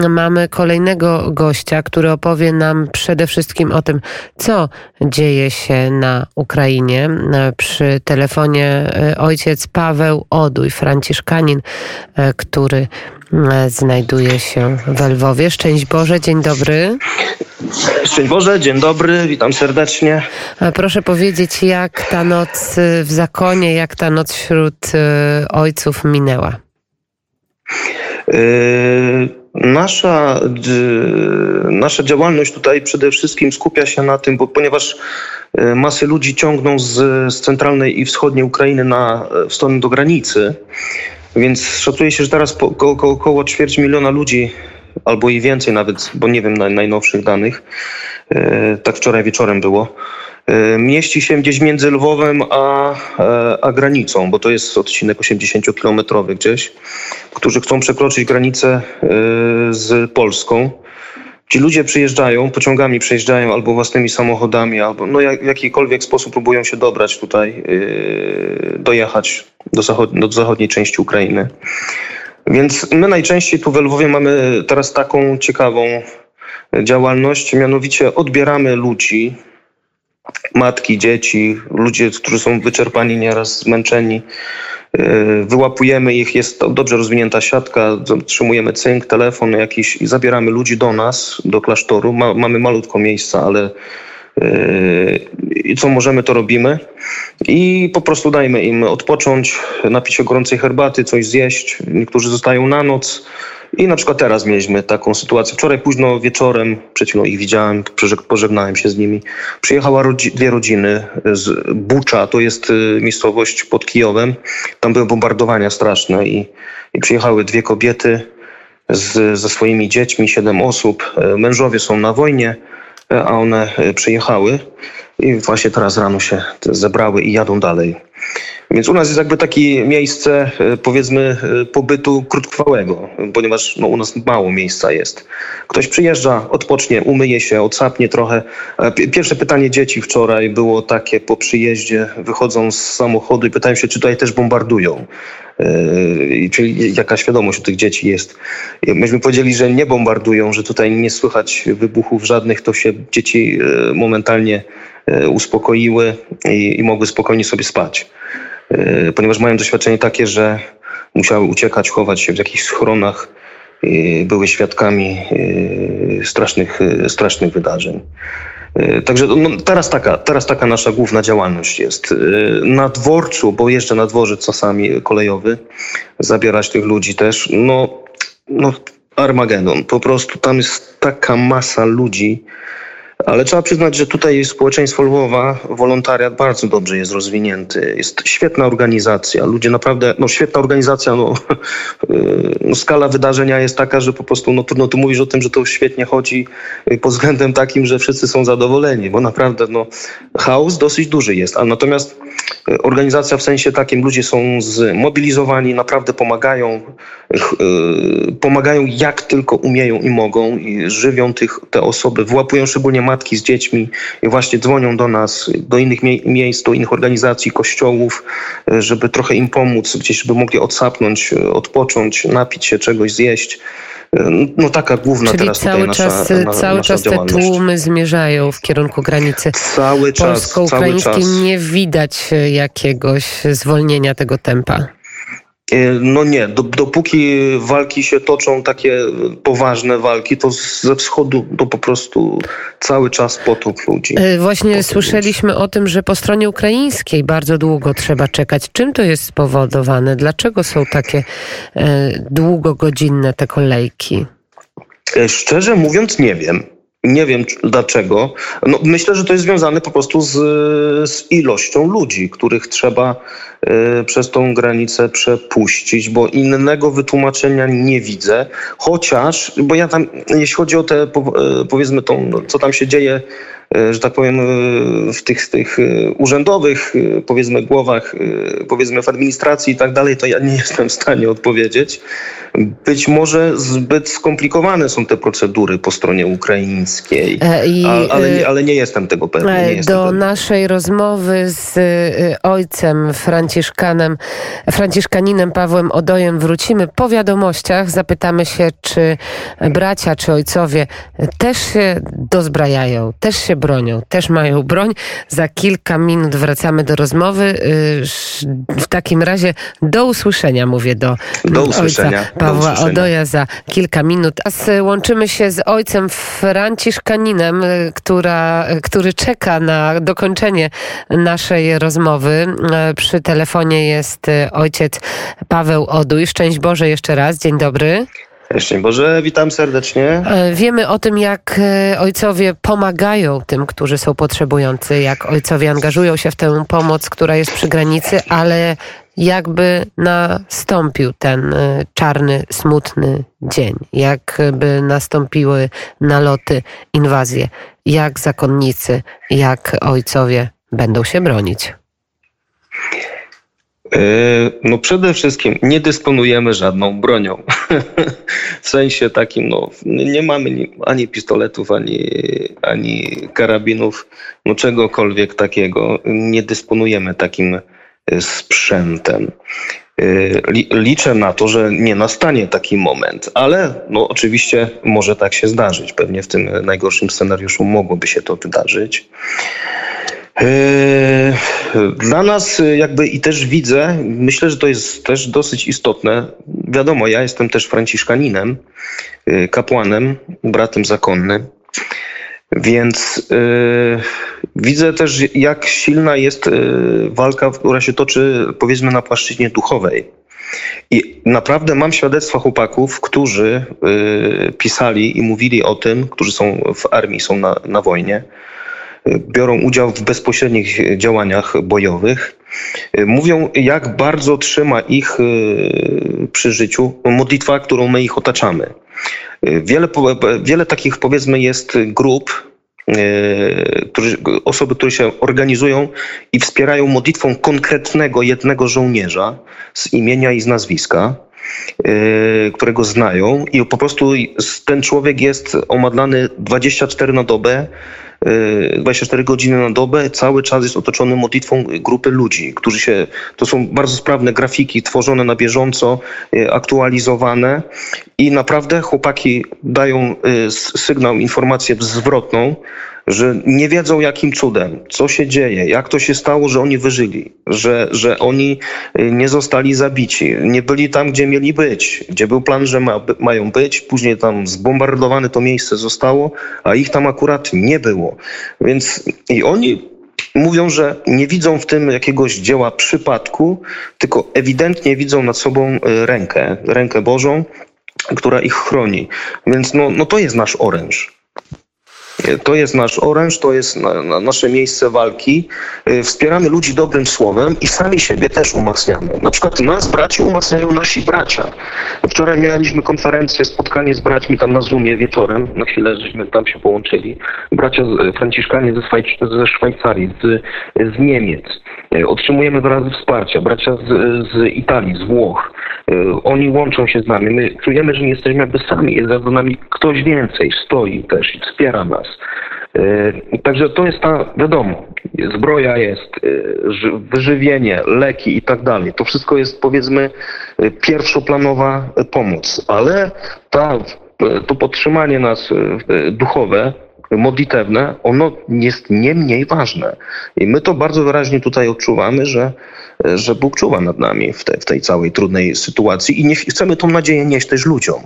mamy kolejnego gościa, który opowie nam przede wszystkim o tym, co dzieje się na Ukrainie. Przy telefonie ojciec Paweł Odój, franciszkanin, który znajduje się w Lwowie. Szczęść Boże, dzień dobry. Szczęść Boże, dzień dobry, witam serdecznie. Proszę powiedzieć, jak ta noc w zakonie, jak ta noc wśród ojców minęła? Nasza działalność tutaj przede wszystkim skupia się na tym, ponieważ masy ludzi ciągną z centralnej i wschodniej Ukrainy w stronę do granicy, więc szacuje się, że teraz około 250 000 ludzi, albo i więcej nawet, bo nie wiem najnowszych danych, tak wczoraj wieczorem było, mieści się gdzieś między Lwowem a granicą, bo to jest odcinek 80-kilometrowy gdzieś, którzy chcą przekroczyć granicę z Polską. Ci ludzie przyjeżdżają, pociągami przejeżdżają albo własnymi samochodami, albo w jakikolwiek sposób próbują się dobrać tutaj, dojechać do zachodniej części Ukrainy. Więc my najczęściej tu w Lwowie mamy teraz taką ciekawą działalność, mianowicie odbieramy ludzi, matki, dzieci, ludzie, którzy są wyczerpani, nieraz zmęczeni. Wyłapujemy ich, jest dobrze rozwinięta siatka, otrzymujemy cynk, telefon jakiś i zabieramy ludzi do nas, do klasztoru. Mamy malutko miejsca, ale co możemy, to robimy. I po prostu dajmy im odpocząć, napić się gorącej herbaty, coś zjeść. Niektórzy zostają na noc. I na przykład teraz mieliśmy taką sytuację. Wczoraj późno wieczorem, przed chwilą ich widziałem, pożegnałem się z nimi. Przyjechały dwie rodziny z Bucza, to jest miejscowość pod Kijowem. Tam były bombardowania straszne i przyjechały dwie kobiety ze swoimi dziećmi, 7 osób. Mężowie są na wojnie, a one przyjechały i właśnie teraz rano się zebrały i jadą dalej. Więc u nas jest jakby takie miejsce, powiedzmy, pobytu krótkotrwałego, ponieważ u nas mało miejsca jest. Ktoś przyjeżdża, odpocznie, umyje się, odsapnie trochę. Pierwsze pytanie dzieci wczoraj było takie po przyjeździe, wychodzą z samochodu i pytają się, czy tutaj też bombardują. Czyli jaka świadomość u tych dzieci jest. Myśmy powiedzieli, że nie bombardują, że tutaj nie słychać wybuchów żadnych, to się dzieci momentalnie uspokoiły i mogły spokojnie sobie spać. Ponieważ mają doświadczenie takie, że musiały uciekać, chować się w jakichś schronach, były świadkami strasznych wydarzeń. Także teraz taka nasza główna działalność jest. Na dworcu, bo jeżdżę na dworzec czasami kolejowy, zabierać tych ludzi też. Armagedon. Po prostu tam jest taka masa ludzi. Ale trzeba przyznać, że tutaj społeczeństwo Lwowa, wolontariat bardzo dobrze jest rozwinięty. Jest świetna organizacja. Ludzie naprawdę, świetna organizacja, skala wydarzenia jest taka, że po prostu trudno tu mówić o tym, że to świetnie chodzi pod względem takim, że wszyscy są zadowoleni, bo naprawdę chaos dosyć duży jest. A natomiast organizacja w sensie takim, ludzie są zmobilizowani, naprawdę pomagają jak tylko umieją i mogą i żywią te osoby, wyłapują szczególnie matki z dziećmi i właśnie dzwonią do nas, do innych miejsc, do innych organizacji, kościołów, żeby trochę im pomóc, gdzieś żeby mogli odsapnąć, odpocząć, napić się czegoś, zjeść. Taka główna teraz tutaj cały czas te tłumy zmierzają w kierunku granicy. Cały czas. Polsko-ukraińskiej nie widać jakiegoś zwolnienia tego tempa. Nie, dopóki walki się toczą, takie poważne walki, to ze wschodu to po prostu cały czas potop ludzi. Właśnie słyszeliśmy o tym, że po stronie ukraińskiej bardzo długo trzeba czekać. Czym to jest spowodowane? Dlaczego są takie długogodzinne te kolejki? Szczerze mówiąc nie wiem. Nie wiem dlaczego. Myślę, że to jest związane po prostu z ilością ludzi, których trzeba przez tą granicę przepuścić, bo innego wytłumaczenia nie widzę. Chociaż, bo ja tam, jeśli chodzi o te, powiedzmy, co tam się dzieje że tak powiem, w tych urzędowych, powiedzmy, głowach, powiedzmy, w administracji i tak dalej, to ja nie jestem w stanie odpowiedzieć. Być może zbyt skomplikowane są te procedury po stronie ukraińskiej, ale nie jestem tego pewny. Do naszej rozmowy z ojcem franciszkaninem Pawłem Odojem wrócimy po wiadomościach. Zapytamy się, czy bracia, czy ojcowie też się dozbrajają, też się bronią, też mają broń. Za kilka minut wracamy do rozmowy. W takim razie do usłyszenia, mówię do ojca Pawła Odoja za kilka minut. A łączymy się z ojcem franciszkaninem, który czeka na dokończenie naszej rozmowy. Przy telefonie jest ojciec Paweł Odój. Szczęść Boże jeszcze raz. Dzień dobry. Szczęść Boże, witam serdecznie. Wiemy o tym, jak ojcowie pomagają tym, którzy są potrzebujący, jak ojcowie angażują się w tę pomoc, która jest przy granicy, ale jakby nastąpił ten czarny, smutny dzień, jakby nastąpiły naloty, inwazje, jak zakonnicy, jak ojcowie będą się bronić? No przede wszystkim nie dysponujemy żadną bronią. W sensie takim, nie mamy ani pistoletów, ani karabinów, czegokolwiek takiego. Nie dysponujemy takim sprzętem. Liczę na to, że nie nastanie taki moment, ale oczywiście może tak się zdarzyć. Pewnie w tym najgorszym scenariuszu mogłoby się to wydarzyć. Dla nas jakby i też widzę, myślę, że to jest też dosyć istotne. Wiadomo, ja jestem też franciszkaninem, kapłanem, bratem zakonnym, więc widzę też, jak silna jest walka, która się toczy, powiedzmy, na płaszczyźnie duchowej. I naprawdę mam świadectwa chłopaków, którzy pisali i mówili o tym, którzy są w armii, są na wojnie, biorą udział w bezpośrednich działaniach bojowych. Mówią, jak bardzo trzyma ich przy życiu modlitwa, którą my ich otaczamy. Wiele takich, powiedzmy, jest grup, osoby, które się organizują i wspierają modlitwą konkretnego jednego żołnierza z imienia i z nazwiska, którego znają, i po prostu ten człowiek jest omadlany 24 na dobę, 24 godziny na dobę, cały czas jest otoczony modlitwą grupy ludzi, to są bardzo sprawne grafiki tworzone na bieżąco, aktualizowane, i naprawdę chłopaki dają sygnał, informację zwrotną, że nie wiedzą, jakim cudem, co się dzieje, jak to się stało, że oni wyżyli, że oni nie zostali zabici, nie byli tam, gdzie mieli być, gdzie był plan, że mają być, później tam zbombardowane to miejsce zostało, a ich tam akurat nie było. Więc i oni mówią, że nie widzą w tym jakiegoś dzieła przypadku, tylko ewidentnie widzą nad sobą rękę Bożą, która ich chroni. Więc to jest nasz oręż. To jest nasz oręż, to jest nasze miejsce walki. Wspieramy ludzi dobrym słowem i sami siebie też umacniamy. Na przykład nas, braci, umacniają nasi bracia. Wczoraj mieliśmy konferencję, spotkanie z braćmi tam na Zoomie wieczorem. Na chwilę żeśmy tam się połączyli. Bracia franciszkanie ze Szwajcarii, z Niemiec. Otrzymujemy wyrazy wsparcia. Bracia z Italii, z Włoch. Oni łączą się z nami. My czujemy, że nie jesteśmy jakby sami. Jest za nami ktoś więcej, stoi też i wspiera nas. Także to jest wiadomo, zbroja jest, wyżywienie, leki i tak dalej. To wszystko jest, powiedzmy, pierwszoplanowa pomoc, ale to podtrzymanie nas duchowe, modlitewne, ono jest nie mniej ważne. I my to bardzo wyraźnie tutaj odczuwamy, że Bóg czuwa nad nami w tej całej trudnej sytuacji, i nie chcemy tą nadzieję nieść też ludziom.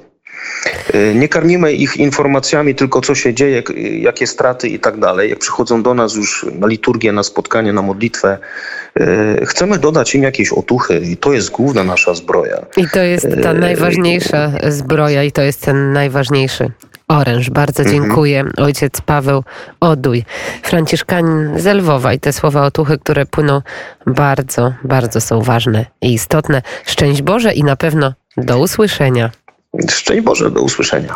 Nie karmimy ich informacjami tylko, co się dzieje, jakie straty i tak dalej. Jak przychodzą do nas już na liturgię, na spotkanie, na modlitwę, chcemy dodać im jakieś otuchy, i to jest główna nasza zbroja. I to jest ta najważniejsza zbroja, i to jest ten najważniejszy oręż. Bardzo dziękuję. Ojciec Paweł Odój, franciszkanin z Lwowa, i te słowa otuchy, które płyną, bardzo, bardzo są ważne i istotne. Szczęść Boże i na pewno do usłyszenia. Szczęść Boże, do usłyszenia.